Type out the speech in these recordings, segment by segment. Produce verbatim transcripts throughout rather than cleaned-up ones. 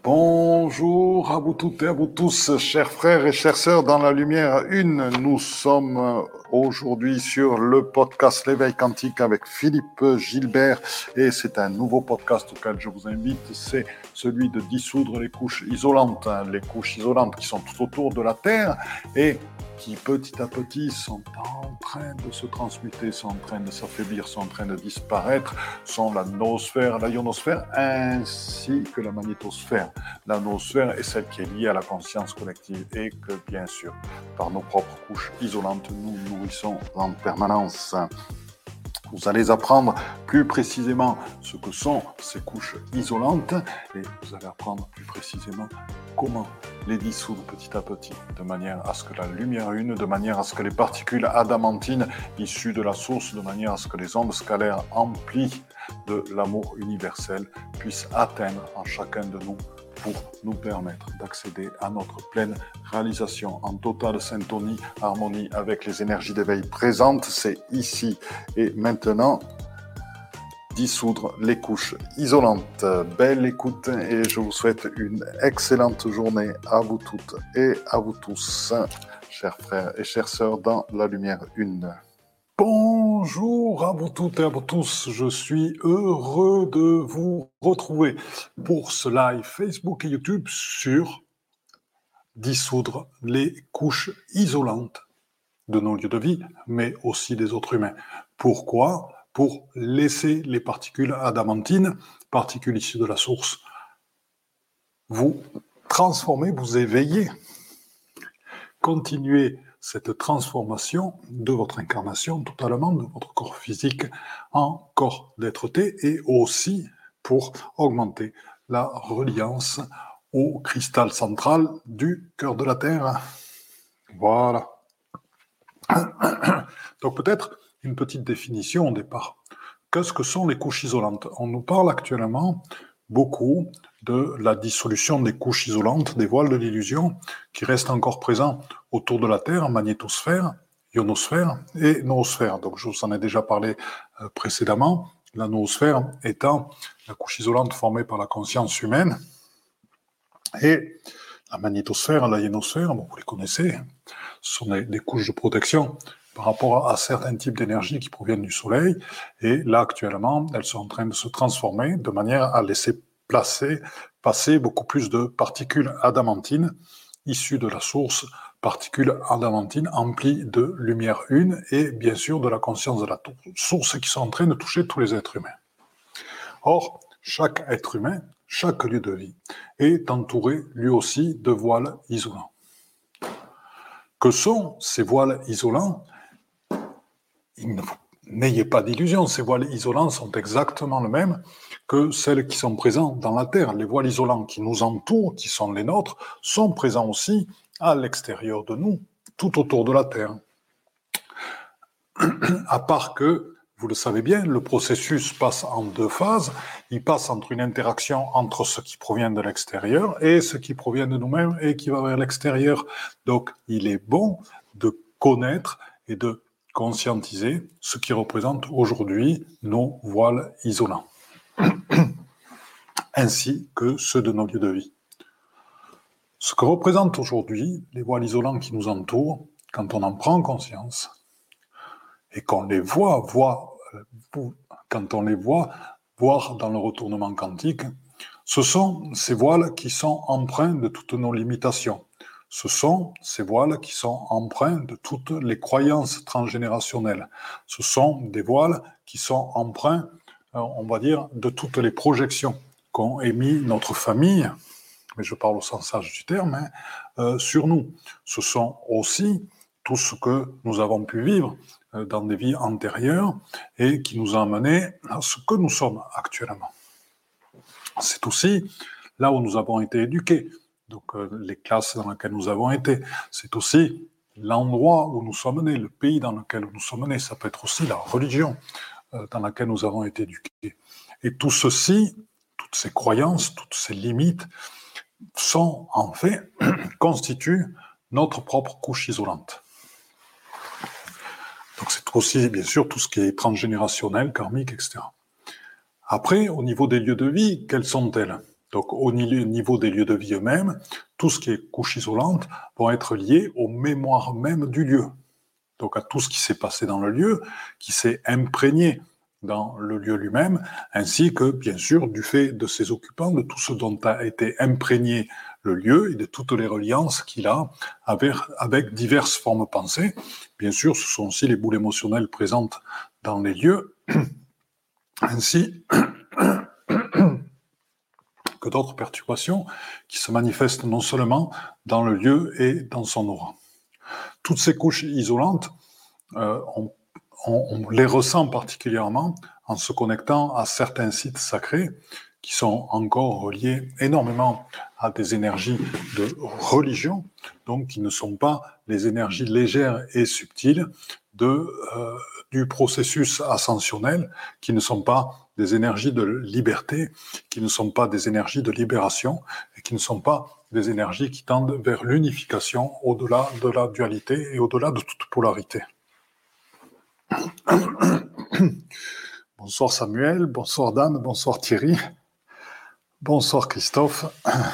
Bonjour à vous toutes et à vous tous, chers frères et chères sœurs dans la lumière une. Nous sommes aujourd'hui sur le podcast L'éveil quantique avec Philippe Gilbert et c'est un nouveau podcast auquel je vous invite, c'est celui de dissoudre les couches isolantes, les couches isolantes qui sont tout autour de la Terre et qui petit à petit sont en train de se transmuter, sont en train de s'affaiblir, sont en train de disparaître, sont la noosphère, la ionosphère, ainsi que la magnétosphère. La noosphère est celle qui est liée à la conscience collective et que, bien sûr, par nos propres couches isolantes, nous nourrissons en permanence. Vous allez apprendre plus précisément ce que sont ces couches isolantes et vous allez apprendre plus précisément comment les dissoudre petit à petit, de manière à ce que la lumière une, de manière à ce que les particules adamantines issues de la source, de manière à ce que les ondes scalaires emplies de l'amour universel puissent atteindre en chacun de nous pour nous permettre d'accéder à notre pleine réalisation en totale syntonie, harmonie avec les énergies d'éveil présentes. C'est ici et maintenant. Dissoudre les couches isolantes. Belle écoute et je vous souhaite une excellente journée à vous toutes et à vous tous, chers frères et chères sœurs dans la lumière une. Bonjour à vous toutes et à vous tous, je suis heureux de vous retrouver pour ce live Facebook et YouTube sur dissoudre les couches isolantes de nos lieux de vie, mais aussi des autres humains. Pourquoi ? Pour laisser les particules adamantines, particules issues de la source, vous transformer, vous éveiller, continuer cette transformation de votre incarnation totalement, de votre corps physique en corps d'être-té et aussi pour augmenter la reliance au cristal central du cœur de la Terre. Voilà. Donc peut-être une petite définition au départ. Qu'est-ce que sont les couches isolantes ? On nous parle actuellement beaucoup de la dissolution des couches isolantes, des voiles de l'illusion, qui restent encore présents autour de la Terre, magnétosphère, ionosphère et noosphère. Donc je vous en ai déjà parlé euh, précédemment, la noosphère étant la couche isolante formée par la conscience humaine, et la magnétosphère, la ionosphère, bon, vous les connaissez, ce sont des, des couches de protection par rapport à certains types d'énergie qui proviennent du Soleil. Et là, actuellement, elles sont en train de se transformer de manière à laisser placer, passer beaucoup plus de particules adamantines issues de la source, particules adamantines emplies de lumière une et bien sûr de la conscience de la source qui sont en train de toucher tous les êtres humains. Or, chaque être humain, chaque lieu de vie est entouré lui aussi de voiles isolants. Que sont ces voiles isolants ? N'ayez pas d'illusion, ces voiles isolants sont exactement les mêmes que celles qui sont présentes dans la Terre. Les voiles isolants qui nous entourent, qui sont les nôtres, sont présents aussi à l'extérieur de nous, tout autour de la Terre. À part que, vous le savez bien, le processus passe en deux phases. Il passe entre une interaction entre ce qui provient de l'extérieur et ce qui provient de nous-mêmes et qui va vers l'extérieur. Donc, il est bon de connaître et de conscientiser ce qui représente aujourd'hui nos voiles isolants, ainsi que ceux de nos lieux de vie. Ce que représentent aujourd'hui les voiles isolants qui nous entourent, quand on en prend conscience, et qu'on les voit, voit quand on les voit, voir dans le retournement quantique, ce sont ces voiles qui sont empreints de toutes nos limitations. Ce sont ces voiles qui sont empreints de toutes les croyances transgénérationnelles. Ce sont des voiles qui sont empreints, on va dire, de toutes les projections qu'ont émis notre famille, mais je parle au sens large du terme, hein, euh, sur nous. Ce sont aussi tout ce que nous avons pu vivre euh, dans des vies antérieures et qui nous a amenés à ce que nous sommes actuellement. C'est aussi là où nous avons été éduqués. Donc euh, les classes dans lesquelles nous avons été, c'est aussi l'endroit où nous sommes nés, le pays dans lequel nous sommes nés, ça peut être aussi la religion euh, dans laquelle nous avons été éduqués. Et tout ceci, toutes ces croyances, toutes ces limites, sont en fait, constituent notre propre couche isolante. Donc c'est aussi bien sûr tout ce qui est transgénérationnel, karmique, et cetera. Après, au niveau des lieux de vie, quelles sont-elles ? Donc au niveau des lieux de vie eux-mêmes, tout ce qui est couche isolante vont être liés aux mémoires mêmes du lieu. Donc à tout ce qui s'est passé dans le lieu, qui s'est imprégné dans le lieu lui-même, ainsi que, bien sûr, du fait de ses occupants, de tout ce dont a été imprégné le lieu et de toutes les reliances qu'il a avec, avec diverses formes pensées. Bien sûr, ce sont aussi les boules émotionnelles présentes dans les lieux, ainsi que d'autres perturbations qui se manifestent non seulement dans le lieu et dans son aura. Toutes ces couches isolantes, euh, on On, on les ressent particulièrement en se connectant à certains sites sacrés qui sont encore reliés énormément à des énergies de religion, donc qui ne sont pas les énergies légères et subtiles de, euh, du processus ascensionnel, qui ne sont pas des énergies de liberté, qui ne sont pas des énergies de libération, et qui ne sont pas des énergies qui tendent vers l'unification au-delà de la dualité et au-delà de toute polarité. Bonsoir Samuel, bonsoir Dan, bonsoir Thierry, bonsoir Christophe.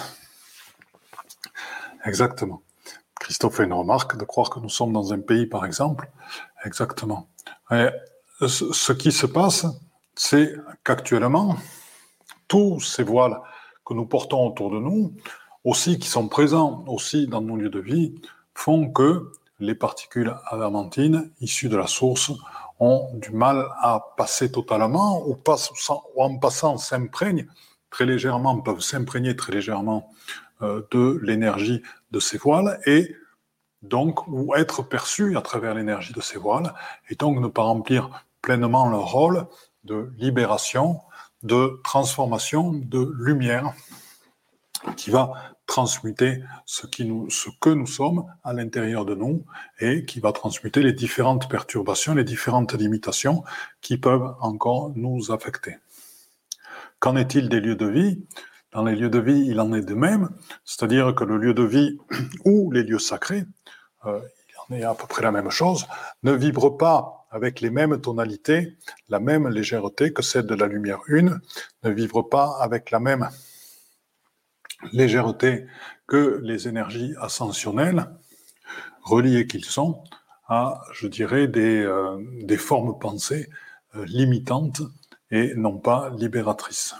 Exactement. Christophe fait une remarque de croire que nous sommes dans un pays, par exemple. Exactement. Et ce qui se passe, c'est qu'actuellement, tous ces voiles que nous portons autour de nous, aussi qui sont présents aussi dans nos lieux de vie, font que les particules adamantines issues de la source ont du mal à passer totalement ou, passent, ou en passant s'imprègnent très légèrement, peuvent s'imprégner très légèrement euh, de l'énergie de ces voiles et donc ou être perçus à travers l'énergie de ces voiles et donc ne pas remplir pleinement leur rôle de libération, de transformation, de lumière qui va transmuter ce, qui nous, ce que nous sommes à l'intérieur de nous et qui va transmuter les différentes perturbations, les différentes limitations qui peuvent encore nous affecter. Qu'en est-il des lieux de vie ? Dans les lieux de vie, il en est de même, c'est-à-dire que le lieu de vie ou les lieux sacrés, euh, il en est à peu près la même chose, ne vibre pas avec les mêmes tonalités, la même légèreté que celle de la lumière une, ne vibre pas avec la même légèreté que les énergies ascensionnelles, reliées qu'ils sont à, je dirais, des, euh, des formes pensées euh, limitantes et non pas libératrices.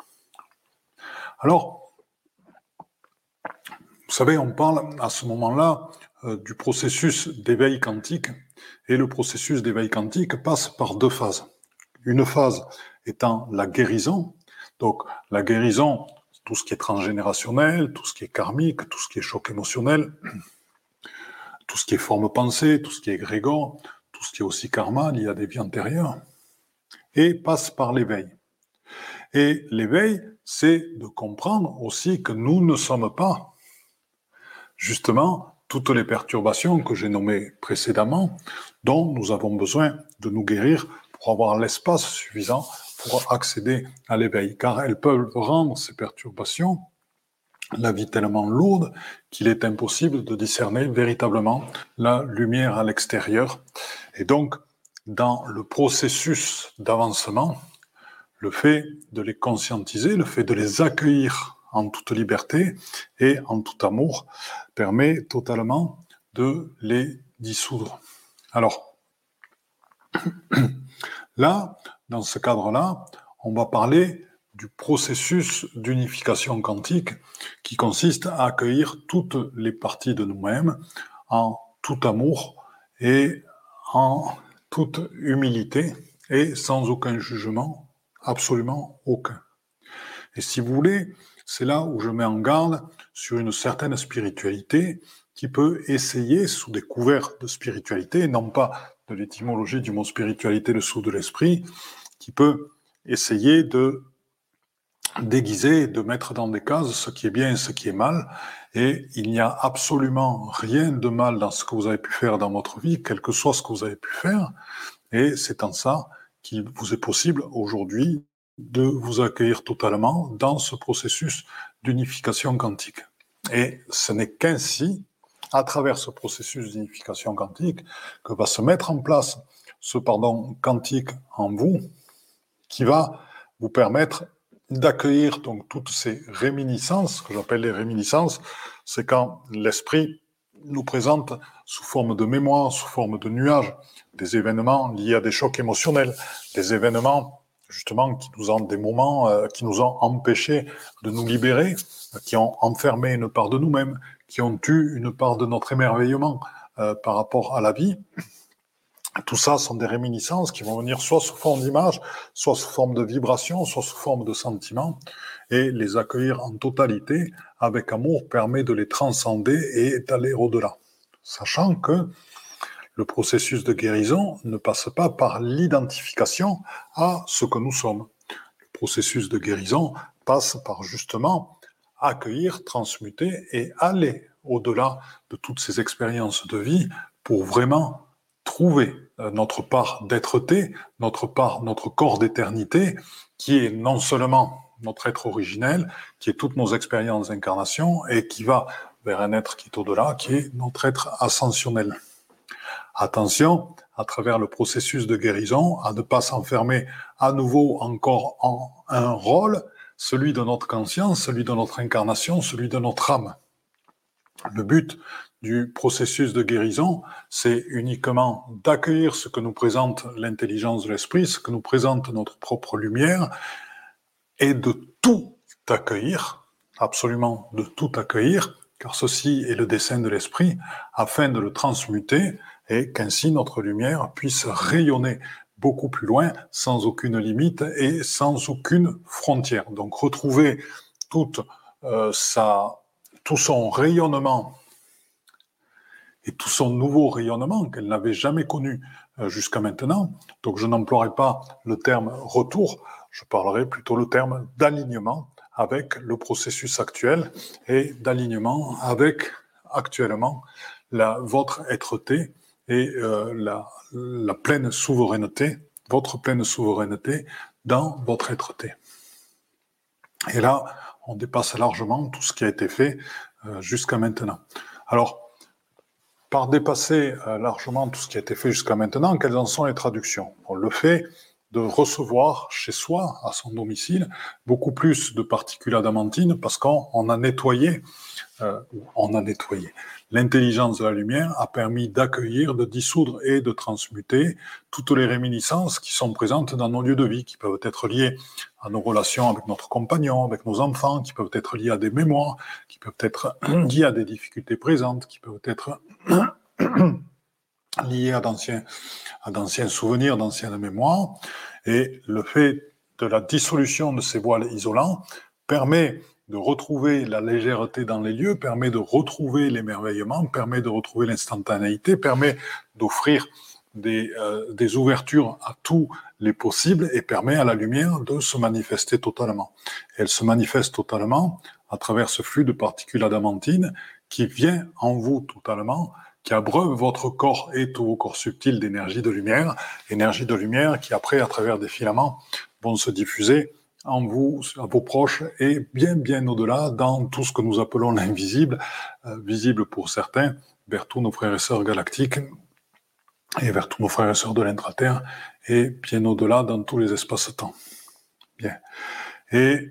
Alors, vous savez, on parle à ce moment-là euh, du processus d'éveil quantique, et le processus d'éveil quantique passe par deux phases. Une phase étant la guérison, donc la guérison, tout ce qui est transgénérationnel, tout ce qui est karmique, tout ce qui est choc émotionnel, tout ce qui est forme pensée, tout ce qui est égrégore, tout ce qui est aussi karma, lié à des vies antérieures, et passe par l'éveil. Et l'éveil, c'est de comprendre aussi que nous ne sommes pas, justement, toutes les perturbations que j'ai nommées précédemment, dont nous avons besoin de nous guérir pour avoir l'espace suffisant pour accéder à l'éveil, car elles peuvent rendre ces perturbations la vie tellement lourde qu'il est impossible de discerner véritablement la lumière à l'extérieur. Et donc, dans le processus d'avancement, le fait de les conscientiser, le fait de les accueillir en toute liberté et en tout amour permet totalement de les dissoudre. Alors, là, dans ce cadre-là, on va parler du processus d'unification quantique qui consiste à accueillir toutes les parties de nous-mêmes en tout amour et en toute humilité et sans aucun jugement, absolument aucun. Et si vous voulez, c'est là où je mets en garde sur une certaine spiritualité qui peut essayer, sous des couverts de spiritualité, non pas de l'étymologie du mot spiritualité, le sceau de l'esprit, qui peut essayer de déguiser, de mettre dans des cases ce qui est bien et ce qui est mal. Et il n'y a absolument rien de mal dans ce que vous avez pu faire dans votre vie, quel que soit ce que vous avez pu faire. Et c'est en ça qu'il vous est possible aujourd'hui de vous accueillir totalement dans ce processus d'unification quantique. Et ce n'est qu'ainsi, à travers ce processus d'unification quantique, que va se mettre en place ce pardon quantique en vous, qui va vous permettre d'accueillir donc toutes ces réminiscences, que j'appelle les réminiscences, c'est quand l'esprit nous présente sous forme de mémoire, sous forme de nuages, des événements liés à des chocs émotionnels, des événements justement qui nous ont des moments euh, qui nous ont empêchés de nous libérer, qui ont enfermé une part de nous-mêmes, qui ont eu une part de notre émerveillement euh, par rapport à la vie. Tout ça sont des réminiscences qui vont venir soit sous forme d'images, soit sous forme de vibrations, soit sous forme de sentiments, et les accueillir en totalité avec amour permet de les transcender et d'aller au-delà. Sachant que le processus de guérison ne passe pas par l'identification à ce que nous sommes. Le processus de guérison passe par justement accueillir, transmuter et aller au-delà de toutes ces expériences de vie pour vraiment trouver notre part d'être-té, notre part, notre corps d'éternité, qui est non seulement notre être originel, qui est toutes nos expériences d'incarnation, et qui va vers un être qui est au-delà, qui est notre être ascensionnel. Attention, à travers le processus de guérison, à ne pas s'enfermer à nouveau encore en un rôle, celui de notre conscience, celui de notre incarnation, celui de notre âme. Le but du processus de guérison, c'est uniquement d'accueillir ce que nous présente l'intelligence de l'esprit, ce que nous présente notre propre lumière, et de tout accueillir, absolument de tout accueillir, car ceci est le dessein de l'esprit, afin de le transmuter, et qu'ainsi notre lumière puisse rayonner beaucoup plus loin, sans aucune limite et sans aucune frontière. Donc retrouver toute, euh, sa, tout son rayonnement et tout son nouveau rayonnement qu'elle n'avait jamais connu euh, jusqu'à maintenant. Donc je n'emploierai pas le terme retour, je parlerai plutôt le terme d'alignement avec le processus actuel et d'alignement avec actuellement la, votre être-té et euh, la, la pleine souveraineté, votre pleine souveraineté dans votre être-té. Et là, on dépasse largement tout ce qui a été fait euh, jusqu'à maintenant. Alors, par dépasser euh, largement tout ce qui a été fait jusqu'à maintenant, quelles en sont les traductions? On le fait de recevoir chez soi, à son domicile, beaucoup plus de particules adamantines parce qu'on a nettoyé, euh, on a nettoyé. L'intelligence de la lumière a permis d'accueillir, de dissoudre et de transmuter toutes les réminiscences qui sont présentes dans nos lieux de vie, qui peuvent être liées à nos relations avec notre compagnon, avec nos enfants, qui peuvent être liées à des mémoires, qui peuvent être liées à des difficultés présentes, qui peuvent être liées à d'anciens, à d'anciens souvenirs, d'anciennes mémoires. Et le fait de la dissolution de ces voiles isolants permet de retrouver la légèreté dans les lieux, permet de retrouver l'émerveillement, permet de retrouver l'instantanéité, permet d'offrir des, euh, des ouvertures à tous les possibles et permet à la lumière de se manifester totalement. Et elle se manifeste totalement à travers ce flux de particules adamantines qui vient en vous totalement, qui abreuve votre corps et tous vos corps subtils d'énergie de lumière, énergie de lumière qui après, à travers des filaments, vont se diffuser en vous, à vos proches, et bien, bien au-delà, dans tout ce que nous appelons l'invisible, euh, visible pour certains, vers tous nos frères et sœurs galactiques, et vers tous nos frères et sœurs de l'intra-terre, et bien au-delà, dans tous les espaces-temps. Bien. Et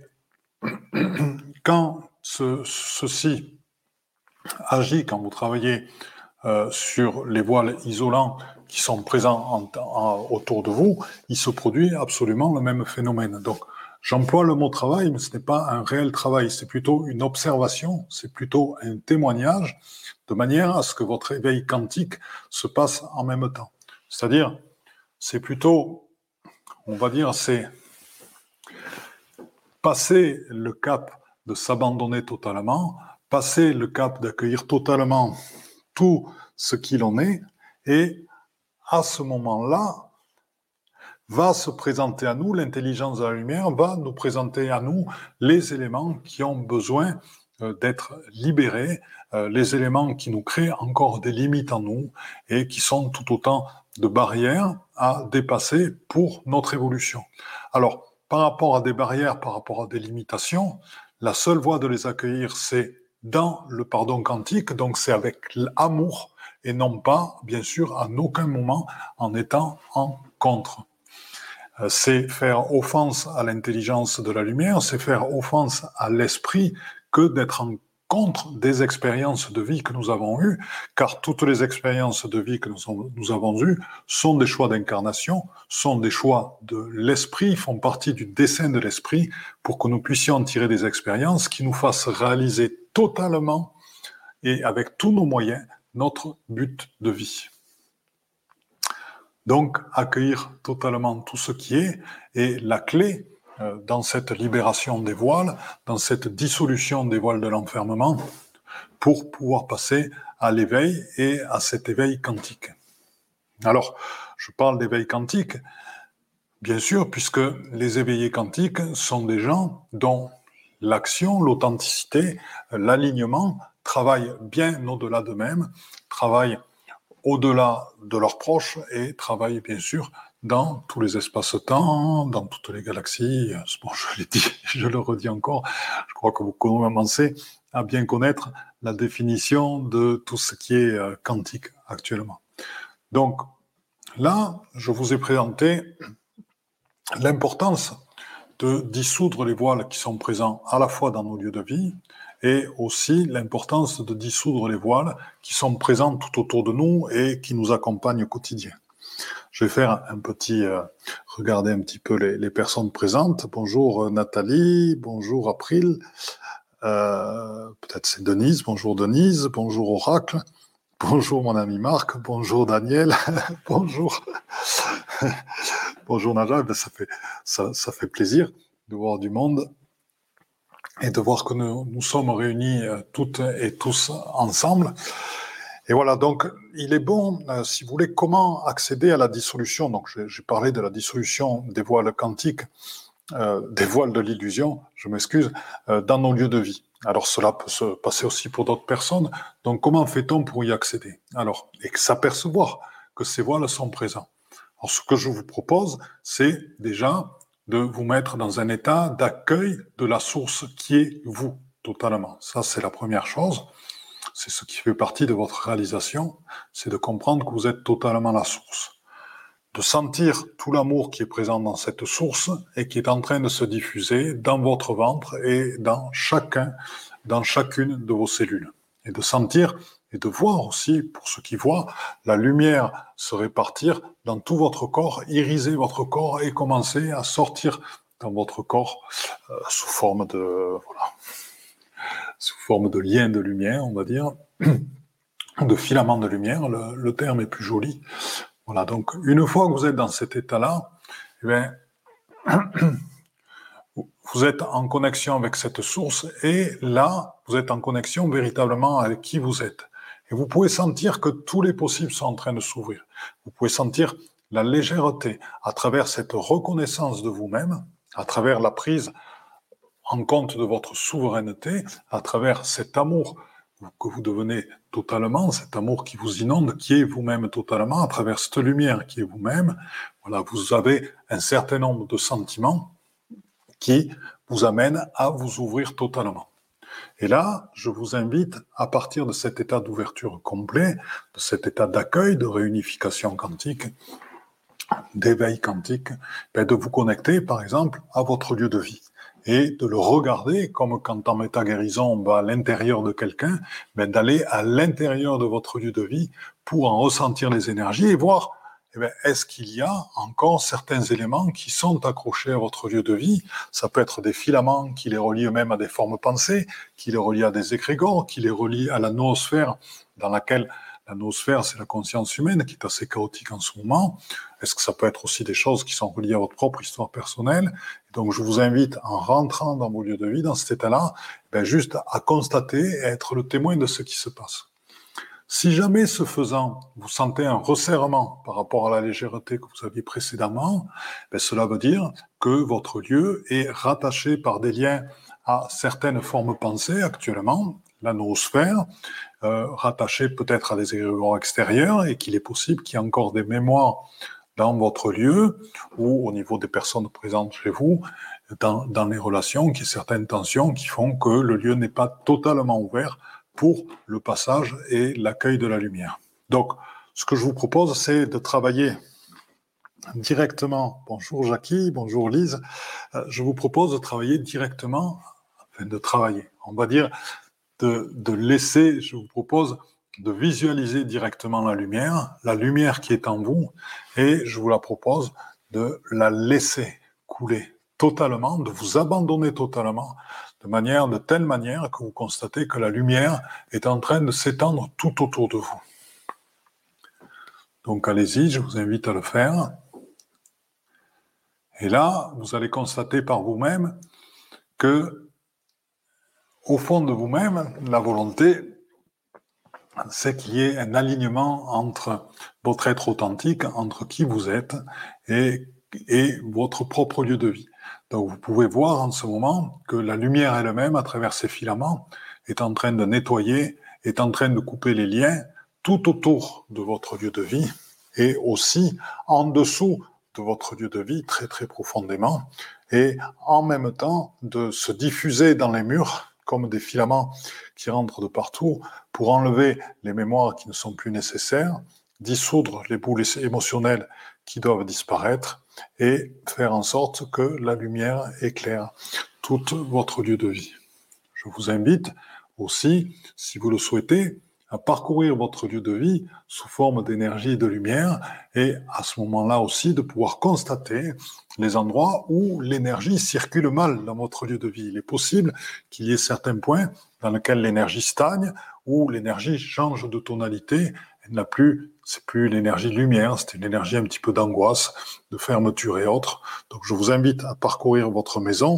quand ce, ceci agit, quand vous travaillez euh, sur les voiles isolants qui sont présents en, en, autour de vous, il se produit absolument le même phénomène. Donc, j'emploie le mot travail, mais ce n'est pas un réel travail, c'est plutôt une observation, c'est plutôt un témoignage, de manière à ce que votre éveil quantique se passe en même temps. C'est-à-dire, c'est plutôt, on va dire, c'est passer le cap de s'abandonner totalement, passer le cap d'accueillir totalement tout ce qu'il en est, et à ce moment-là, va se présenter à nous, l'intelligence de la lumière va nous présenter à nous les éléments qui ont besoin euh, d'être libérés, euh, les éléments qui nous créent encore des limites en nous et qui sont tout autant de barrières à dépasser pour notre évolution. Alors, par rapport à des barrières, par rapport à des limitations, la seule voie de les accueillir, c'est dans le pardon quantique, donc c'est avec l'amour et non pas, bien sûr, à aucun moment en étant en contre. euh, c'est faire offense à l'intelligence de la lumière, c'est faire offense à l'esprit que d'être en contre des expériences de vie que nous avons eues, car toutes les expériences de vie que nous, nous avons eues sont des choix d'incarnation, sont des choix de l'esprit, font partie du dessein de l'esprit pour que nous puissions en tirer des expériences qui nous fassent réaliser totalement et avec tous nos moyens notre but de vie. Donc, accueillir totalement tout ce qui est, et la clé euh, dans cette libération des voiles, dans cette dissolution des voiles de l'enfermement, pour pouvoir passer à l'éveil et à cet éveil quantique. Alors, je parle d'éveil quantique, bien sûr, puisque les éveillés quantiques sont des gens dont l'action, l'authenticité, l'alignement travaillent bien au-delà d'eux-mêmes, travaillent au-delà de leurs proches et travaillent bien sûr dans tous les espaces-temps, dans toutes les galaxies. Bon, je l'ai dit, je le redis encore, je crois que vous commencez à bien connaître la définition de tout ce qui est quantique actuellement. Donc là, je vous ai présenté l'importance de dissoudre les voiles qui sont présents à la fois dans nos lieux de vie et aussi l'importance de dissoudre les voiles qui sont présents tout autour de nous et qui nous accompagnent au quotidien. Je vais faire un petit, euh, regarder un petit peu les, les personnes présentes. Bonjour Nathalie, bonjour April, euh, peut-être c'est Denise, bonjour Denise, bonjour Oracle, bonjour mon ami Marc, bonjour Daniel, bonjour, bonjour Naja, ben ça fait, ça, ça fait plaisir de voir du monde et de voir que nous, nous sommes réunis toutes et tous ensemble. Et voilà, donc il est bon, euh, si vous voulez, comment accéder à la dissolution. Donc j'ai, j'ai parlé de la dissolution des voiles quantiques, euh, des voiles de l'illusion, je m'excuse, euh, dans nos lieux de vie. Alors cela peut se passer aussi pour d'autres personnes. Donc comment fait-on pour y accéder? Alors, et s'apercevoir que ces voiles sont présents. Alors ce que je vous propose, c'est déjà de vous mettre dans un état d'accueil de la source qui est vous, totalement. Ça, c'est la première chose. C'est ce qui fait partie de votre réalisation, c'est de comprendre que vous êtes totalement la source. De sentir tout l'amour qui est présent dans cette source et qui est en train de se diffuser dans votre ventre et dans chacun, dans chacune de vos cellules. Et de sentir et de voir aussi, pour ceux qui voient, la lumière se répartir dans tout votre corps, iriser votre corps et commencer à sortir dans votre corps euh, sous forme de, voilà, sous forme de lien de lumière, on va dire, de filament de lumière, le, le terme est plus joli. Voilà, donc une fois que vous êtes dans cet état-là, eh bien, vous êtes en connexion avec cette source et là, vous êtes en connexion véritablement avec qui vous êtes. Et vous pouvez sentir que tous les possibles sont en train de s'ouvrir. Vous pouvez sentir la légèreté à travers cette reconnaissance de vous-même, à travers la prise en compte de votre souveraineté, à travers cet amour que vous devenez totalement, cet amour qui vous inonde, qui est vous-même totalement, à travers cette lumière qui est vous-même. Voilà, vous avez un certain nombre de sentiments qui vous amènent à vous ouvrir totalement. Et là, je vous invite, à partir de cet état d'ouverture complet, de cet état d'accueil, de réunification quantique, d'éveil quantique, ben de vous connecter, par exemple, à votre lieu de vie. Et de le regarder comme quand en méta-guérison on va à l'intérieur de quelqu'un, ben d'aller à l'intérieur de votre lieu de vie pour en ressentir les énergies et voir eh bien, est-ce qu'il y a encore certains éléments qui sont accrochés à votre lieu de vie. Ça peut être des filaments qui les relient eux-mêmes à des formes pensées, qui les relient à des égrégores, qui les relient à la noosphère dans laquelle la noosphère, c'est la conscience humaine qui est assez chaotique en ce moment. Est-ce que ça peut être aussi des choses qui sont reliées à votre propre histoire personnelle? Et donc, je vous invite, en rentrant dans vos lieux de vie, dans cet état-là, ben juste à constater et à être le témoin de ce qui se passe. Si jamais, ce faisant, vous sentez un resserrement par rapport à la légèreté que vous aviez précédemment, ben cela veut dire que votre lieu est rattaché par des liens à certaines formes pensées actuellement, la noosphère, euh, rattaché peut-être à des égrégores extérieurs et qu'il est possible qu'il y ait encore des mémoires dans votre lieu ou au niveau des personnes présentes chez vous, dans, dans les relations, qu'il y ait certaines tensions qui font que le lieu n'est pas totalement ouvert pour le passage et l'accueil de la lumière. Donc, ce que je vous propose, c'est de travailler directement, bonjour Jackie, bonjour Lise, euh, je vous propose de travailler directement, enfin de travailler, on va dire de, de laisser, je vous propose de visualiser directement la lumière, la lumière qui est en vous, et je vous la propose de la laisser couler totalement, de vous abandonner totalement, de manière, de telle manière que vous constatez que la lumière est en train de s'étendre tout autour de vous. Donc allez-y, je vous invite à le faire. Et là, vous allez constater par vous-même que, au fond de vous-même, la volonté, c'est qu'il y ait un alignement entre votre être authentique, entre qui vous êtes et, et votre propre lieu de vie. Donc vous pouvez voir en ce moment que la lumière elle-même, à travers ces filaments, est en train de nettoyer, est en train de couper les liens tout autour de votre lieu de vie et aussi en dessous de votre lieu de vie, très très profondément, et en même temps de se diffuser dans les murs comme des filaments qui rentrent de partout pour enlever les mémoires qui ne sont plus nécessaires, dissoudre les boules émotionnelles qui doivent disparaître et faire en sorte que la lumière éclaire tout votre lieu de vie. Je vous invite aussi, si vous le souhaitez, à parcourir votre lieu de vie sous forme d'énergie et de lumière, et à ce moment-là aussi de pouvoir constater les endroits où l'énergie circule mal dans votre lieu de vie. Il est possible qu'il y ait certains points dans lesquels l'énergie stagne, où l'énergie change de tonalité, elle n'a plus, c'est plus l'énergie lumière, c'est une énergie un petit peu d'angoisse, de fermeture et autres. Donc je vous invite à parcourir votre maison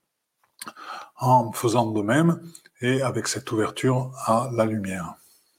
en faisant de même et avec cette ouverture à la lumière.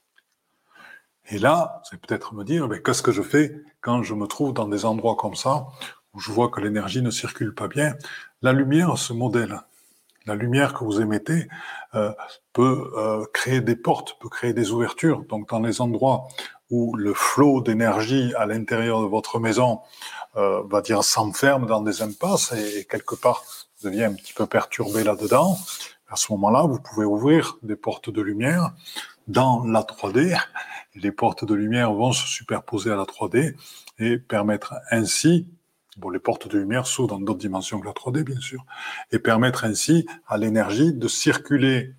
Et là, vous allez peut-être me dire, mais qu'est-ce que je fais quand je me trouve dans des endroits comme ça, où je vois que l'énergie ne circule pas bien? La lumière se modèle. La lumière que vous émettez euh, peut euh, créer des portes, peut créer des ouvertures. Donc dans les endroits où le flot d'énergie à l'intérieur de votre maison euh, va dire s'enferme dans des impasses et, et quelque part devient un petit peu perturbé là-dedans, à ce moment-là, vous pouvez ouvrir des portes de lumière dans la trois D. Les portes de lumière vont se superposer à la trois D et permettre ainsi, bon, les portes de lumière s'ouvrent dans d'autres dimensions que la trois D, bien sûr, et permettre ainsi à l'énergie de circuler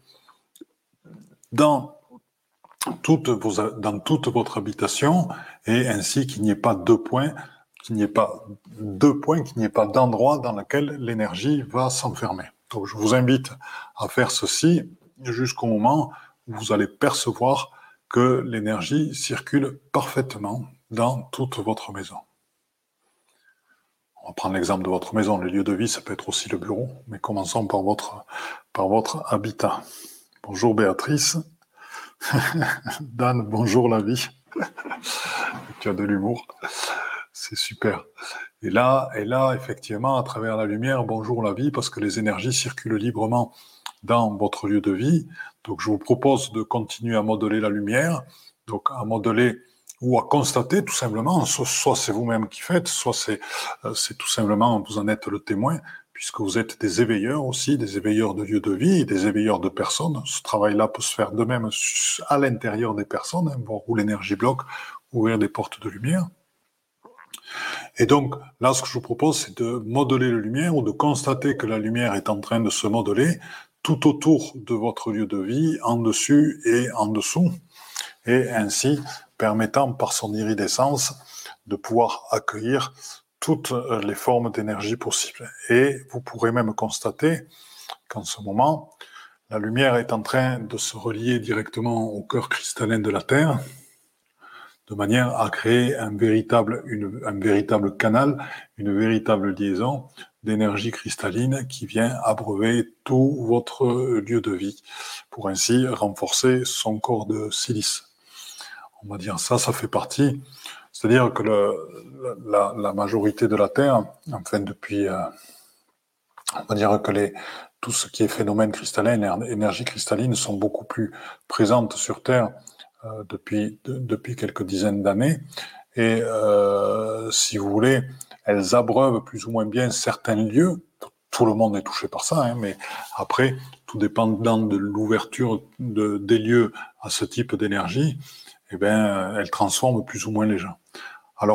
dans toute, vos, dans toute votre habitation, et ainsi qu'il n'y ait pas deux points, qu'il n'y ait pas deux points, qu'il n'y ait pas d'endroit dans lequel l'énergie va s'enfermer. Donc je vous invite à faire ceci jusqu'au moment où vous allez percevoir que l'énergie circule parfaitement dans toute votre maison. On va prendre l'exemple de votre maison. Le lieu de vie, ça peut être aussi le bureau, mais commençons par votre, par votre habitat. Bonjour Béatrice. Dan, bonjour la vie. Tu as de l'humour. C'est super. Et là, et là, effectivement, à travers la lumière, bonjour la vie, parce que les énergies circulent librement dans votre lieu de vie. Donc, je vous propose de continuer à modeler la lumière, donc à modeler ou à constater tout simplement, soit, soit c'est vous-même qui faites, soit c'est, euh, c'est tout simplement, vous en êtes le témoin, puisque vous êtes des éveilleurs aussi, des éveilleurs de lieux de vie, des éveilleurs de personnes. Ce travail-là peut se faire de même à l'intérieur des personnes, hein, voir où l'énergie bloque, ouvrir des portes de lumière. Et donc, là, ce que je vous propose, c'est de modeler la lumière ou de constater que la lumière est en train de se modeler tout autour de votre lieu de vie, en dessus et en dessous, et ainsi permettant par son iridescence de pouvoir accueillir toutes les formes d'énergie possibles. Et vous pourrez même constater qu'en ce moment, la lumière est en train de se relier directement au cœur cristallin de la Terre, de manière à créer un véritable, une, un véritable canal, une véritable liaison d'énergie cristalline qui vient abreuver tout votre lieu de vie, pour ainsi renforcer son corps de silice. On va dire ça, ça fait partie, c'est-à-dire que le, la, la majorité de la Terre, enfin depuis, euh, on va dire que les, tout ce qui est phénomène cristallin, énergie cristalline sont beaucoup plus présentes sur Terre Euh, depuis, de, depuis quelques dizaines d'années. Et euh, si vous voulez, elles abreuvent plus ou moins bien certains lieux. Tout le monde est touché par ça, hein, mais après, tout dépendant de l'ouverture de, des lieux à ce type d'énergie, eh ben, elles transforment plus ou moins les gens. Alors,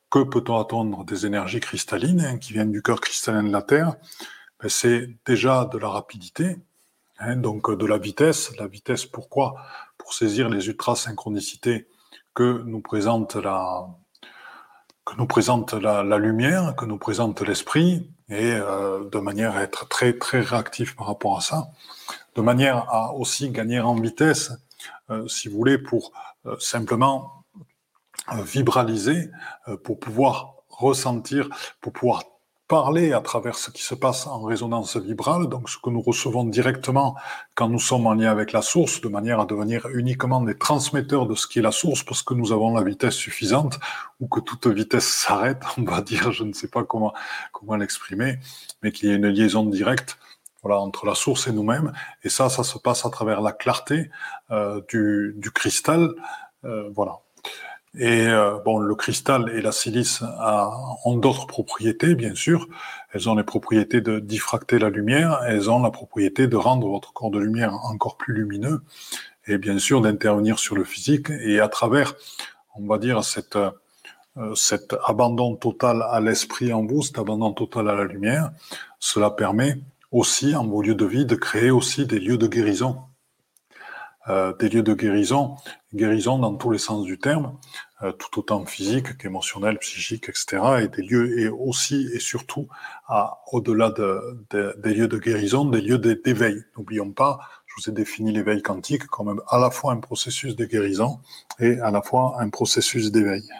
que peut-on attendre des énergies cristallines hein, qui viennent du cœur cristallin de la Terre? Ben, c'est déjà de la rapidité, hein, donc de la vitesse. La vitesse, pourquoi? Pour saisir les ultrasynchronicités que nous présente la, que nous présente la, la lumière, que nous présente l'esprit, et euh, de manière à être très très réactif par rapport à ça, de manière à aussi gagner en vitesse, euh, si vous voulez, pour euh, simplement euh, vibraliser, euh, pour pouvoir ressentir, pour pouvoir parler à travers ce qui se passe en résonance vibrale, donc ce que nous recevons directement quand nous sommes en lien avec la source, de manière à devenir uniquement des transmetteurs de ce qui est la source, parce que nous avons la vitesse suffisante, ou que toute vitesse s'arrête, on va dire, je ne sais pas comment, comment l'exprimer, mais qu'il y ait une liaison directe, voilà, entre la source et nous-mêmes, et ça, ça se passe à travers la clarté euh, du, du cristal, euh, voilà. Et euh, bon, le cristal et la silice a, ont d'autres propriétés, bien sûr. Elles ont les propriétés de diffracter la lumière, elles ont la propriété de rendre votre corps de lumière encore plus lumineux, et bien sûr d'intervenir sur le physique. Et à travers, on va dire, cette, euh, cet abandon total à l'esprit en vous, cet abandon total à la lumière, cela permet aussi, en vos lieux de vie, de créer aussi des lieux de guérison. Euh, des lieux de guérison, guérison dans tous les sens du terme, euh, tout autant physique qu'émotionnel, psychique, et cetera. Et des lieux, et aussi et surtout, à, au-delà de, de, des lieux de guérison, des lieux d'éveil. N'oublions pas, je vous ai défini l'éveil quantique comme à la fois un processus de guérison et à la fois un processus d'éveil.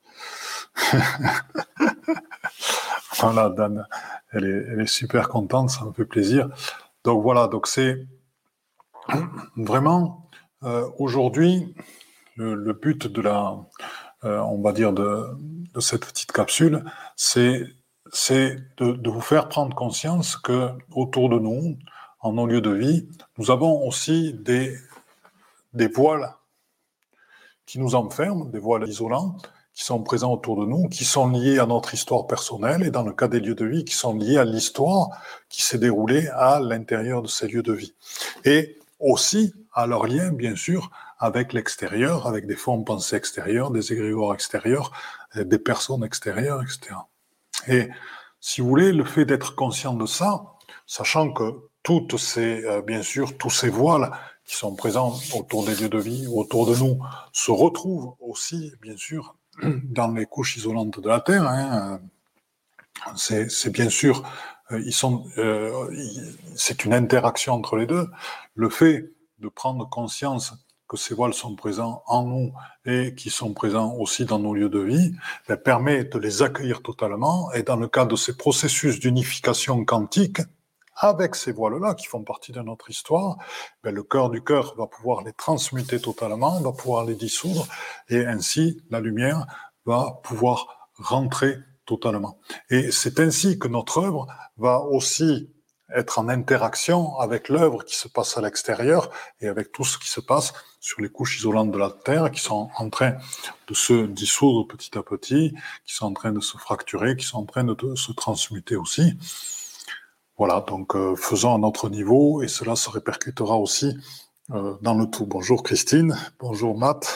Voilà, Dan, elle est, elle est super contente, ça me fait plaisir. Donc voilà, donc c'est vraiment euh, aujourd'hui le, le but de la, euh, on va dire de, de cette petite capsule, c'est c'est de, de vous faire prendre conscience que autour de nous, en nos lieux de vie, nous avons aussi des des voiles qui nous enferment, des voiles isolants, qui sont présents autour de nous, qui sont liés à notre histoire personnelle et dans le cas des lieux de vie, qui sont liés à l'histoire qui s'est déroulée à l'intérieur de ces lieux de vie. Et aussi à leur lien, bien sûr, avec l'extérieur, avec des formes pensées extérieures, des égrégores extérieurs, des personnes extérieures, et cetera. Et si vous voulez, le fait d'être conscient de ça, sachant que toutes ces, euh, bien sûr, tous ces voiles qui sont présents autour des lieux de vie, autour de nous, se retrouvent aussi, bien sûr, dans les couches isolantes de la Terre. Hein. C'est, c'est bien sûr, euh, ils sont, euh, c'est une interaction entre les deux. Le fait de prendre conscience que ces voiles sont présents en nous et qui sont présents aussi dans nos lieux de vie, ben, permet de les accueillir totalement. Et dans le cadre de ces processus d'unification quantique, avec ces voiles-là qui font partie de notre histoire, ben, le cœur du cœur va pouvoir les transmuter totalement, va pouvoir les dissoudre, et ainsi la lumière va pouvoir rentrer totalement. Et c'est ainsi que notre œuvre va aussi être en interaction avec l'œuvre qui se passe à l'extérieur et avec tout ce qui se passe sur les couches isolantes de la Terre qui sont en train de se dissoudre petit à petit, qui sont en train de se fracturer, qui sont en train de, de se transmuter aussi. Voilà, donc euh, faisons à notre niveau et cela se répercutera aussi euh, dans le tout. Bonjour Christine, bonjour Matt.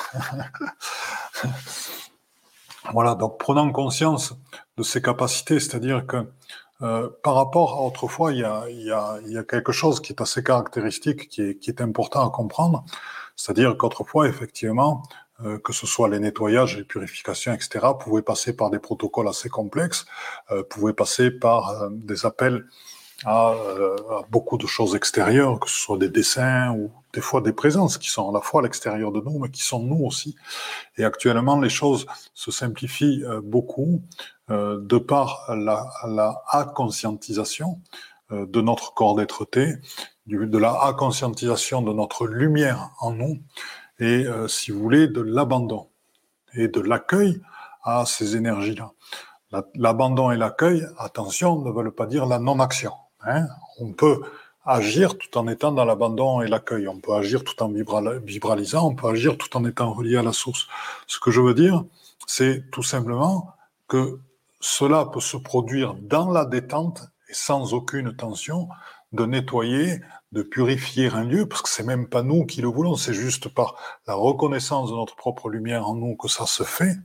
Voilà, donc prenons conscience de ces capacités, c'est-à-dire que euh, par rapport à autrefois, il y a, il y a, il y a quelque chose qui est assez caractéristique, qui est, qui est important à comprendre, c'est-à-dire qu'autrefois, effectivement, euh, que ce soit les nettoyages, les purifications, et cetera, pouvaient passer par des protocoles assez complexes, euh, pouvaient passer par euh, des appels à, euh, à beaucoup de choses extérieures, que ce soit des dessins ou des fois des présences qui sont à la fois à l'extérieur de nous, mais qui sont nous aussi. Et actuellement, les choses se simplifient euh, beaucoup euh, de par la, la inconscientisation euh, de notre corps d'être-té, de la inconscientisation de notre lumière en nous, et euh, si vous voulez, de l'abandon et de l'accueil à ces énergies-là. La, l'abandon et l'accueil, attention, ne veulent pas dire la non-action. Hein. On peut agir tout en étant dans l'abandon et l'accueil. On peut agir tout en vibral- vibralisant, on peut agir tout en étant relié à la source. Ce que je veux dire, c'est tout simplement que cela peut se produire dans la détente et sans aucune tension, de nettoyer, de purifier un lieu, parce que c'est même pas nous qui le voulons, c'est juste par la reconnaissance de notre propre lumière en nous que ça se fait,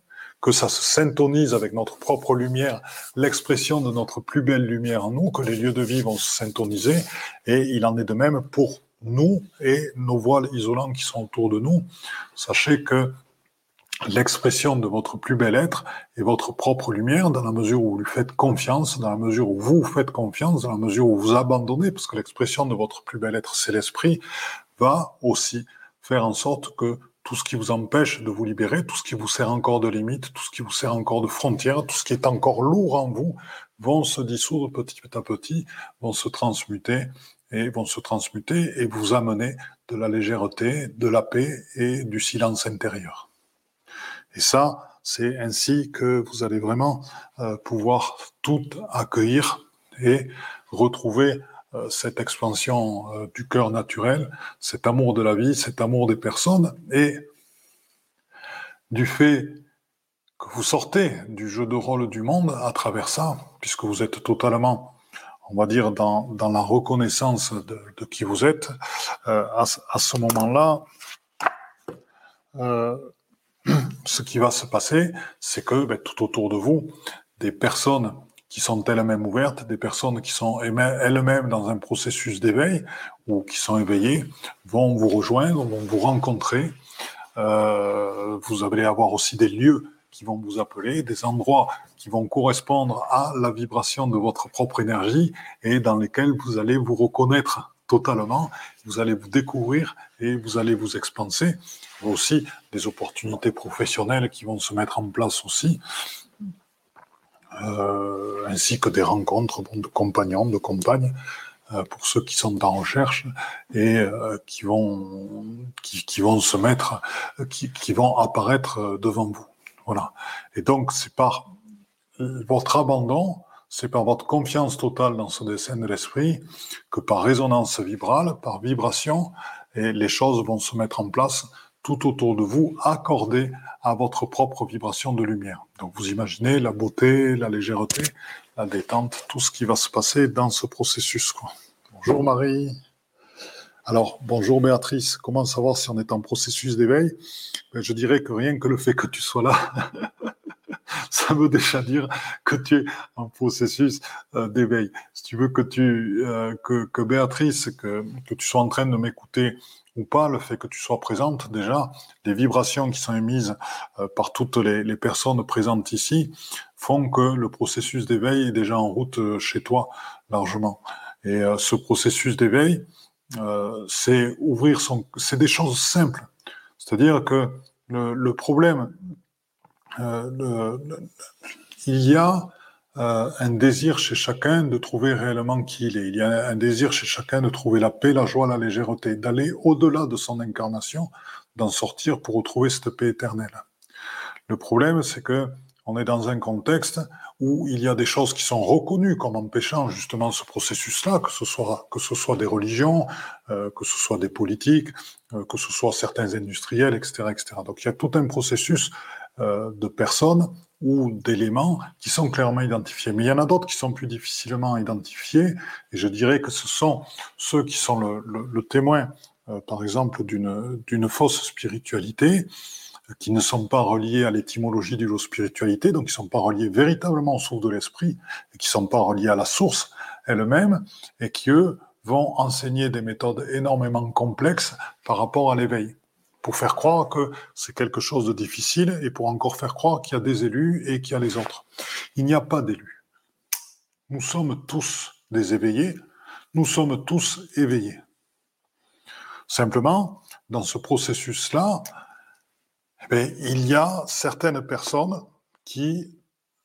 que ça se syntonise avec notre propre lumière, l'expression de notre plus belle lumière en nous, que les lieux de vie vont se syntoniser, et il en est de même pour nous et nos voiles isolants qui sont autour de nous. Sachez que l'expression de votre plus bel être est votre propre lumière, dans la mesure où vous lui faites confiance, dans la mesure où vous vous faites confiance, dans la mesure où vous abandonnez, parce que l'expression de votre plus bel être, c'est l'esprit, va aussi faire en sorte que tout ce qui vous empêche de vous libérer, tout ce qui vous sert encore de limite, tout ce qui vous sert encore de frontière, tout ce qui est encore lourd en vous, vont se dissoudre petit à petit, vont se transmuter, et vont se transmuter et vous amener de la légèreté, de la paix et du silence intérieur. Et ça, c'est ainsi que vous allez vraiment euh, pouvoir tout accueillir et retrouver euh, cette expansion euh, du cœur naturel, cet amour de la vie, cet amour des personnes, et du fait que vous sortez du jeu de rôle du monde à travers ça, puisque vous êtes totalement, on va dire, dans, dans la reconnaissance de, de qui vous êtes, euh, à, à ce moment-là, euh, ce qui va se passer, c'est que ben, tout autour de vous, des personnes qui sont elles-mêmes ouvertes, des personnes qui sont elles-mêmes dans un processus d'éveil ou qui sont éveillées, vont vous rejoindre, vont vous rencontrer. Euh, vous allez avoir aussi des lieux qui vont vous appeler, des endroits qui vont correspondre à la vibration de votre propre énergie et dans lesquels vous allez vous reconnaître totalement, vous allez vous découvrir et vous allez vous expanser. Il y a aussi des opportunités professionnelles qui vont se mettre en place aussi, euh, ainsi que des rencontres bon, de compagnons, de compagnes, euh, pour ceux qui sont en recherche et euh, qui vont qui, qui vont se mettre, qui, qui vont apparaître devant vous. Voilà. Et donc c'est par votre abandon, c'est par votre confiance totale dans ce dessin de l'esprit que par résonance vibrale, par vibration, et les choses vont se mettre en place tout autour de vous, accordées à votre propre vibration de lumière. Donc vous imaginez la beauté, la légèreté, la détente, tout ce qui va se passer dans ce processus, quoi. Bonjour Marie. Alors, bonjour Béatrice. Comment savoir si on est en processus d'éveil? Ben, je dirais que rien que le fait que tu sois là, ça veut déjà dire que tu es en processus euh, d'éveil. Si tu veux que tu euh, que, que Béatrice, que, que tu sois en train de m'écouter ou pas, le fait que tu sois présente, déjà, les vibrations qui sont émises euh, par toutes les, les personnes présentes ici font que le processus d'éveil est déjà en route euh, chez toi, largement. Et euh, ce processus d'éveil, euh, c'est ouvrir son... C'est des choses simples. C'est-à-dire que le, le problème... Euh, le, le, il y a euh, un désir chez chacun de trouver réellement qui il est. Il y a un désir chez chacun de trouver la paix, la joie, la légèreté, d'aller au-delà de son incarnation, d'en sortir pour retrouver cette paix éternelle. Le problème, c'est que on est dans un contexte où il y a des choses qui sont reconnues comme empêchant justement ce processus-là, que ce soit que ce soit des religions, euh, que ce soit des politiques, euh, que ce soit certains industriels, et cetera, et cetera. Donc il y a tout un processus euh, de personnes ou d'éléments qui sont clairement identifiés. Mais il y en a d'autres qui sont plus difficilement identifiés, et je dirais que ce sont ceux qui sont le, le, le témoin, euh, par exemple, d'une, d'une fausse spiritualité, qui ne sont pas reliés à l'étymologie du mot spiritualité, donc qui ne sont pas reliés véritablement aux sources de l'esprit, et qui ne sont pas reliés à la source elle-même, et qui, eux, vont enseigner des méthodes énormément complexes par rapport à l'éveil, pour faire croire que c'est quelque chose de difficile, et pour encore faire croire qu'il y a des élus et qu'il y a les autres. Il n'y a pas d'élus. Nous sommes tous des éveillés, nous sommes tous éveillés. Simplement, dans ce processus-là, eh bien, il y a certaines personnes qui,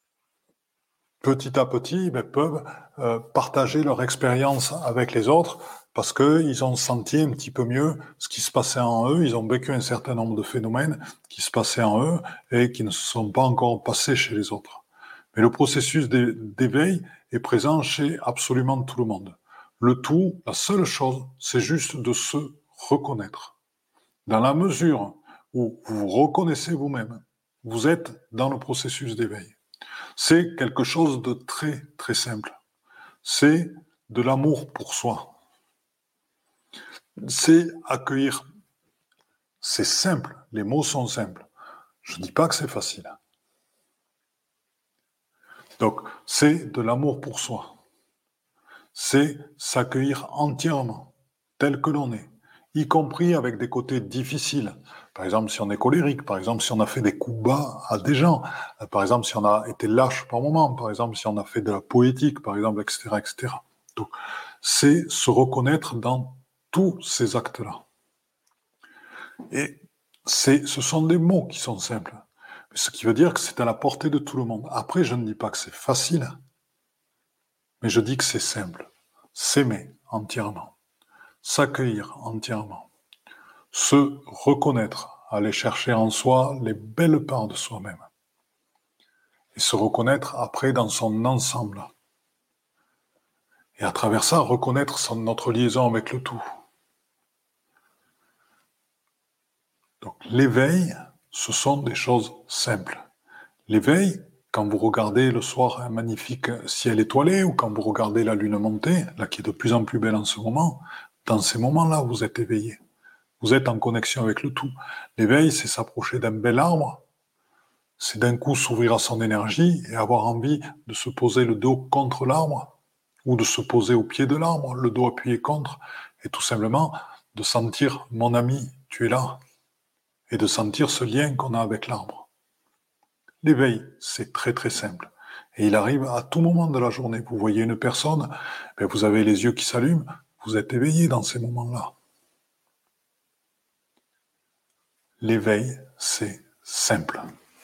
petit à petit, eh peuvent euh, partager leur expérience avec les autres parce qu'ils ont senti un petit peu mieux ce qui se passait en eux, ils ont vécu un certain nombre de phénomènes qui se passaient en eux et qui ne se sont pas encore passés chez les autres. Mais le processus d'éveil est présent chez absolument tout le monde. Le tout, la seule chose, c'est juste de se reconnaître. Dans la mesure où vous vous reconnaissez vous-même, vous êtes dans le processus d'éveil. C'est quelque chose de très, très simple. C'est de l'amour pour soi. C'est accueillir. C'est simple. Les mots sont simples. Je ne dis pas que c'est facile. Donc, c'est de l'amour pour soi. C'est s'accueillir entièrement, tel que l'on est, y compris avec des côtés difficiles. Par exemple, si on est colérique, par exemple, si on a fait des coups bas à des gens, par exemple, si on a été lâche par moment, par exemple, si on a fait de la poétique, par exemple, et cetera, et cetera. Donc, c'est se reconnaître dans tous ces actes-là. Et c'est, ce sont des mots qui sont simples. Ce qui veut dire que c'est à la portée de tout le monde. Après, je ne dis pas que c'est facile, mais je dis que c'est simple. S'aimer entièrement, s'accueillir entièrement, se reconnaître, aller chercher en soi les belles parts de soi-même. Et se reconnaître après dans son ensemble. Et à travers ça, reconnaître son, notre liaison avec le tout. Donc l'éveil, ce sont des choses simples. L'éveil, quand vous regardez le soir un magnifique ciel étoilé, ou quand vous regardez la lune monter, là qui est de plus en plus belle en ce moment, dans ces moments-là, vous êtes éveillé. Vous êtes en connexion avec le tout. L'éveil, c'est s'approcher d'un bel arbre, c'est d'un coup s'ouvrir à son énergie et avoir envie de se poser le dos contre l'arbre, ou de se poser au pied de l'arbre, le dos appuyé contre, et tout simplement de sentir, mon ami, tu es là, et de sentir ce lien qu'on a avec l'arbre. L'éveil, c'est très très simple. Et il arrive à tout moment de la journée. Vous voyez une personne, ben vous avez les yeux qui s'allument, vous êtes éveillé dans ces moments-là. L'éveil, c'est simple.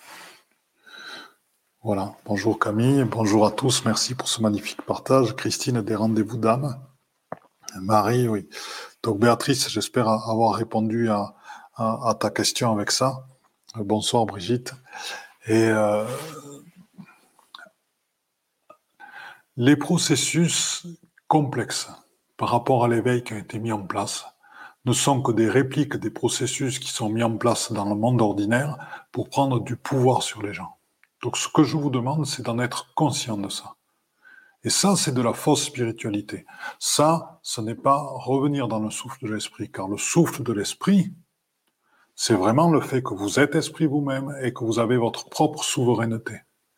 Voilà. Bonjour Camille, bonjour à tous, merci pour ce magnifique partage. Christine, des rendez-vous d'âme. Marie, oui. Donc Béatrice, j'espère avoir répondu à, à, à ta question avec ça. Bonsoir Brigitte. Et euh, les processus complexes par rapport à l'éveil qui a été mis en place ne sont que des répliques des processus qui sont mis en place dans le monde ordinaire pour prendre du pouvoir sur les gens. Donc ce que je vous demande, c'est d'en être conscient de ça. Et ça, c'est de la fausse spiritualité. Ça, ce n'est pas revenir dans le souffle de l'esprit, car le souffle de l'esprit, c'est vraiment le fait que vous êtes esprit vous-même et que vous avez votre propre souveraineté.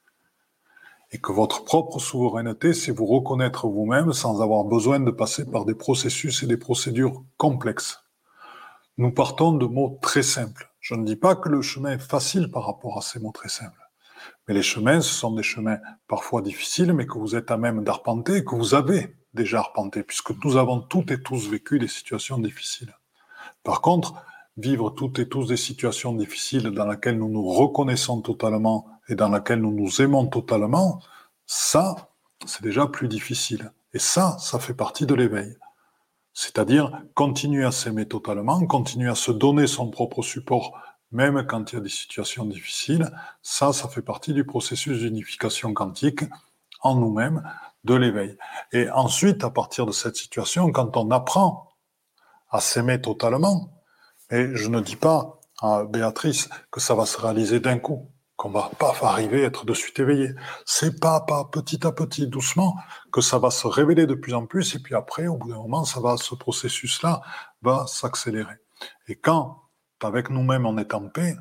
Et que votre propre souveraineté, c'est vous reconnaître vous-même sans avoir besoin de passer par des processus et des procédures complexes. Nous partons de mots très simples. Je ne dis pas que le chemin est facile par rapport à ces mots très simples. Mais les chemins, ce sont des chemins parfois difficiles, mais que vous êtes à même d'arpenter, que vous avez déjà arpenté, puisque nous avons toutes et tous vécu des situations difficiles. Par contre, vivre toutes et tous des situations difficiles dans lesquelles nous nous reconnaissons totalement et dans lesquelles nous nous aimons totalement, ça, c'est déjà plus difficile. Et ça, ça fait partie de l'éveil. C'est-à-dire continuer à s'aimer totalement, continuer à se donner son propre support, même quand il y a des situations difficiles. Ça, ça fait partie du processus d'unification quantique en nous-mêmes, de l'éveil. Et ensuite, à partir de cette situation, quand on apprend à s'aimer totalement, et je ne dis pas à Béatrice que ça va se réaliser d'un coup, qu'on va pas arriver à être de suite éveillé. C'est pas, pas petit à petit, doucement, que ça va se révéler de plus en plus, et puis après, au bout d'un moment, ça va, ce processus-là va s'accélérer. Et quand, avec nous-mêmes, on est en paix,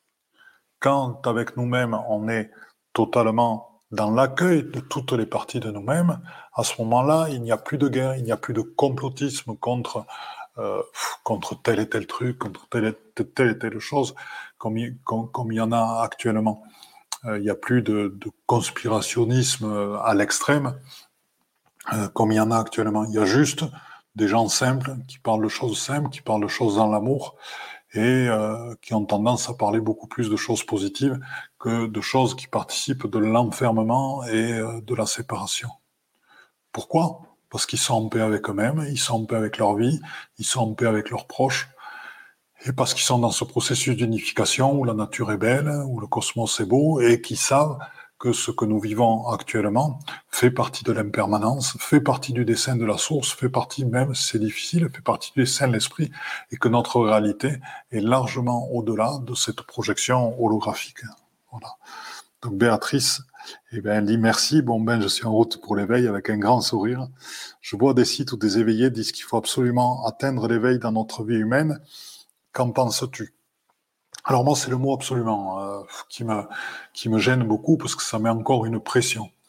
quand, avec nous-mêmes, on est totalement dans l'accueil de toutes les parties de nous-mêmes, à ce moment-là, il n'y a plus de guerre, il n'y a plus de complotisme contre Euh, contre tel et tel truc, contre telle et telle, et telle chose, comme il, comme, comme il y en a actuellement. Euh, il n'y a plus de, de conspirationnisme à l'extrême, euh, comme il y en a actuellement. Il y a juste des gens simples qui parlent de choses simples, qui parlent de choses dans l'amour, et euh, qui ont tendance à parler beaucoup plus de choses positives que de choses qui participent de l'enfermement et euh, de la séparation. Pourquoi ? Parce qu'ils sont en paix avec eux-mêmes, ils sont en paix avec leur vie, ils sont en paix avec leurs proches, et parce qu'ils sont dans ce processus d'unification où la nature est belle, où le cosmos est beau, et qui savent que ce que nous vivons actuellement fait partie de l'impermanence, fait partie du dessein de la source, fait partie même, c'est difficile, fait partie du dessein de l'esprit, et que notre réalité est largement au-delà de cette projection holographique. Voilà. Donc Béatrice, eh ben, elle dit merci, bon ben je suis en route pour l'éveil avec un grand sourire. Je vois des sites où des éveillés disent qu'il faut absolument atteindre l'éveil dans notre vie humaine. Qu'en penses-tu ? Alors moi c'est le mot absolument euh, qui me qui me gêne beaucoup parce que ça met encore une pression.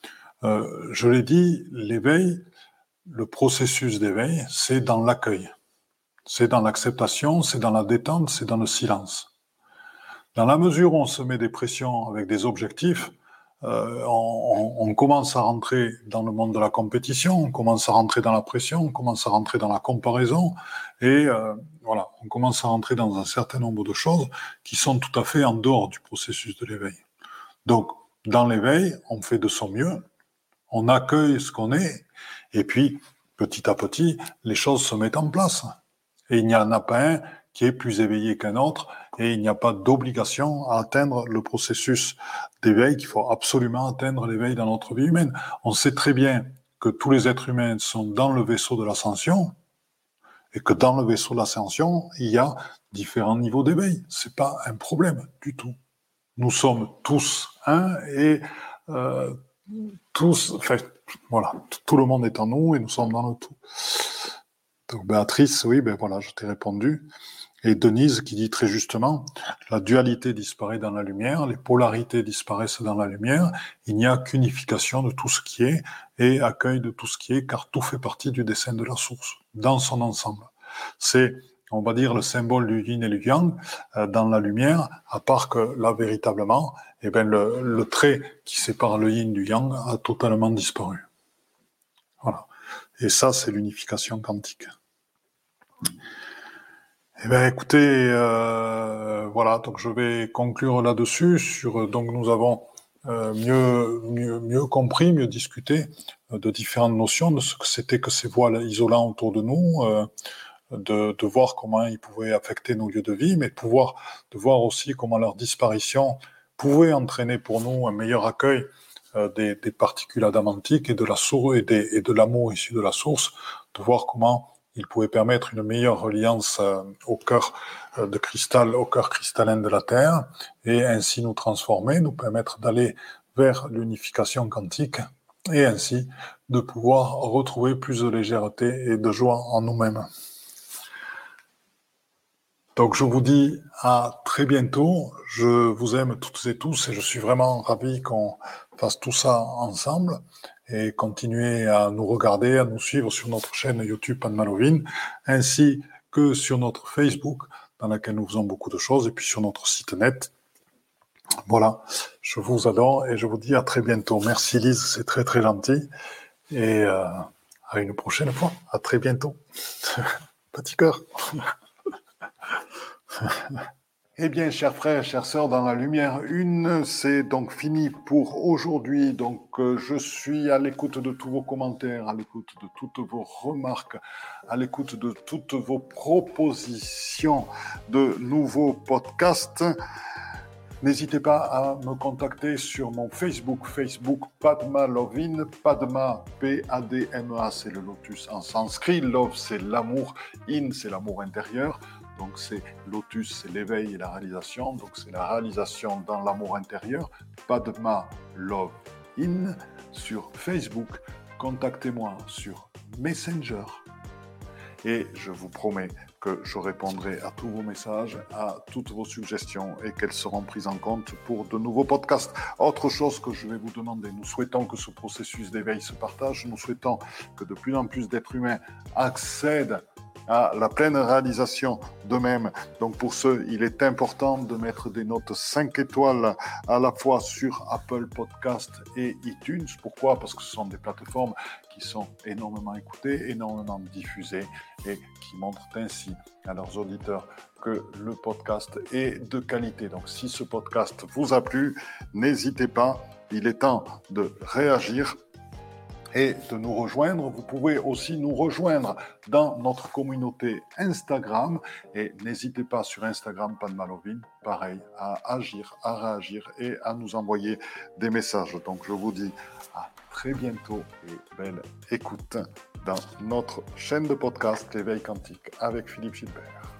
Euh, je l'ai dit, l'éveil, le processus d'éveil, c'est dans l'accueil. C'est dans l'acceptation, c'est dans la détente, c'est dans le silence. Dans la mesure où on se met des pressions avec des objectifs, euh, on, on, on commence à rentrer dans le monde de la compétition, on commence à rentrer dans la pression, on commence à rentrer dans la comparaison, et euh, voilà, on commence à rentrer dans un certain nombre de choses qui sont tout à fait en dehors du processus de l'éveil. Donc, dans l'éveil, on fait de son mieux, on accueille ce qu'on est, et puis, petit à petit, les choses se mettent en place. Et il n'y en a pas un qui est plus éveillé qu'un autre, et il n'y a pas d'obligation à atteindre le processus d'éveil, qu'il faut absolument atteindre l'éveil dans notre vie humaine. On sait très bien que tous les êtres humains sont dans le vaisseau de l'ascension, et que dans le vaisseau de l'ascension, il y a différents niveaux d'éveil. C'est pas un problème du tout. Nous sommes tous un, et euh, tous, enfin, voilà, tout le monde est en nous, et nous sommes dans le tout. Donc Béatrice, oui, ben voilà, je t'ai répondu. Et Denise qui dit très justement, la dualité disparaît dans la lumière, les polarités disparaissent dans la lumière, il n'y a qu'unification de tout ce qui est et accueil de tout ce qui est, car tout fait partie du dessein de la source, dans son ensemble. C'est, on va dire, le symbole du yin et du yang euh, dans la lumière, à part que là, véritablement, eh ben, le, le trait qui sépare le yin du yang a totalement disparu. Voilà. Et ça, c'est l'unification quantique. Eh bien, écoutez, euh, voilà, donc je vais conclure là-dessus. Sur, donc, nous avons euh, mieux, mieux, mieux compris, mieux discuté euh, de différentes notions de ce que c'était que ces voiles isolants autour de nous, euh, de, de voir comment ils pouvaient affecter nos lieux de vie, mais de pouvoir, de voir aussi comment leur disparition pouvait entraîner pour nous un meilleur accueil euh, des, des particules adamantiques et de la source et, des, et de l'amour issu de la source, de voir comment il pouvait permettre une meilleure reliance euh, au cœur euh, de cristal, au cœur cristallin de la Terre, et ainsi nous transformer, nous permettre d'aller vers l'unification quantique, et ainsi de pouvoir retrouver plus de légèreté et de joie en nous-mêmes. Donc je vous dis à très bientôt, je vous aime toutes et tous, et je suis vraiment ravi qu'on fasse tout ça ensemble, et continuer à nous regarder, à nous suivre sur notre chaîne YouTube Padmalovine, ainsi que sur notre Facebook, dans laquelle nous faisons beaucoup de choses, et puis sur notre site net. Voilà, je vous adore, et je vous dis à très bientôt. Merci Lise, c'est très très gentil, et euh, à une prochaine fois, à très bientôt. Petit cœur. Eh bien, chers frères, chères sœurs, dans la lumière une, c'est donc fini pour aujourd'hui. Donc, euh, je suis à l'écoute de tous vos commentaires, à l'écoute de toutes vos remarques, à l'écoute de toutes vos propositions de nouveaux podcasts. N'hésitez pas à me contacter sur mon Facebook, Facebook Padma Lovin, Padma, P A D M A, c'est le lotus en sanskrit, Love, c'est l'amour, In, c'est l'amour intérieur. Donc c'est lotus, c'est l'éveil et la réalisation, donc c'est la réalisation dans l'amour intérieur. Padma Love In sur Facebook. Contactez-moi sur Messenger et je vous promets que je répondrai à tous vos messages, à toutes vos suggestions et qu'elles seront prises en compte pour de nouveaux podcasts. Autre chose que je vais vous demander, nous souhaitons que ce processus d'éveil se partage, nous souhaitons que de plus en plus d'êtres humains accèdent à la pleine réalisation d'eux-mêmes. Donc pour ce, il est important de mettre des notes cinq étoiles à la fois sur Apple Podcast et iTunes. Pourquoi ? Parce que ce sont des plateformes qui sont énormément écoutées, énormément diffusées et qui montrent ainsi à leurs auditeurs que le podcast est de qualité. Donc si ce podcast vous a plu, n'hésitez pas, il est temps de réagir et de nous rejoindre. Vous pouvez aussi nous rejoindre dans notre communauté Instagram et n'hésitez pas sur Instagram Padmalovine, pareil, à agir, à réagir et à nous envoyer des messages. Donc je vous dis à très bientôt et belle écoute dans notre chaîne de podcast L'éveil quantique avec Philippe Gilbert.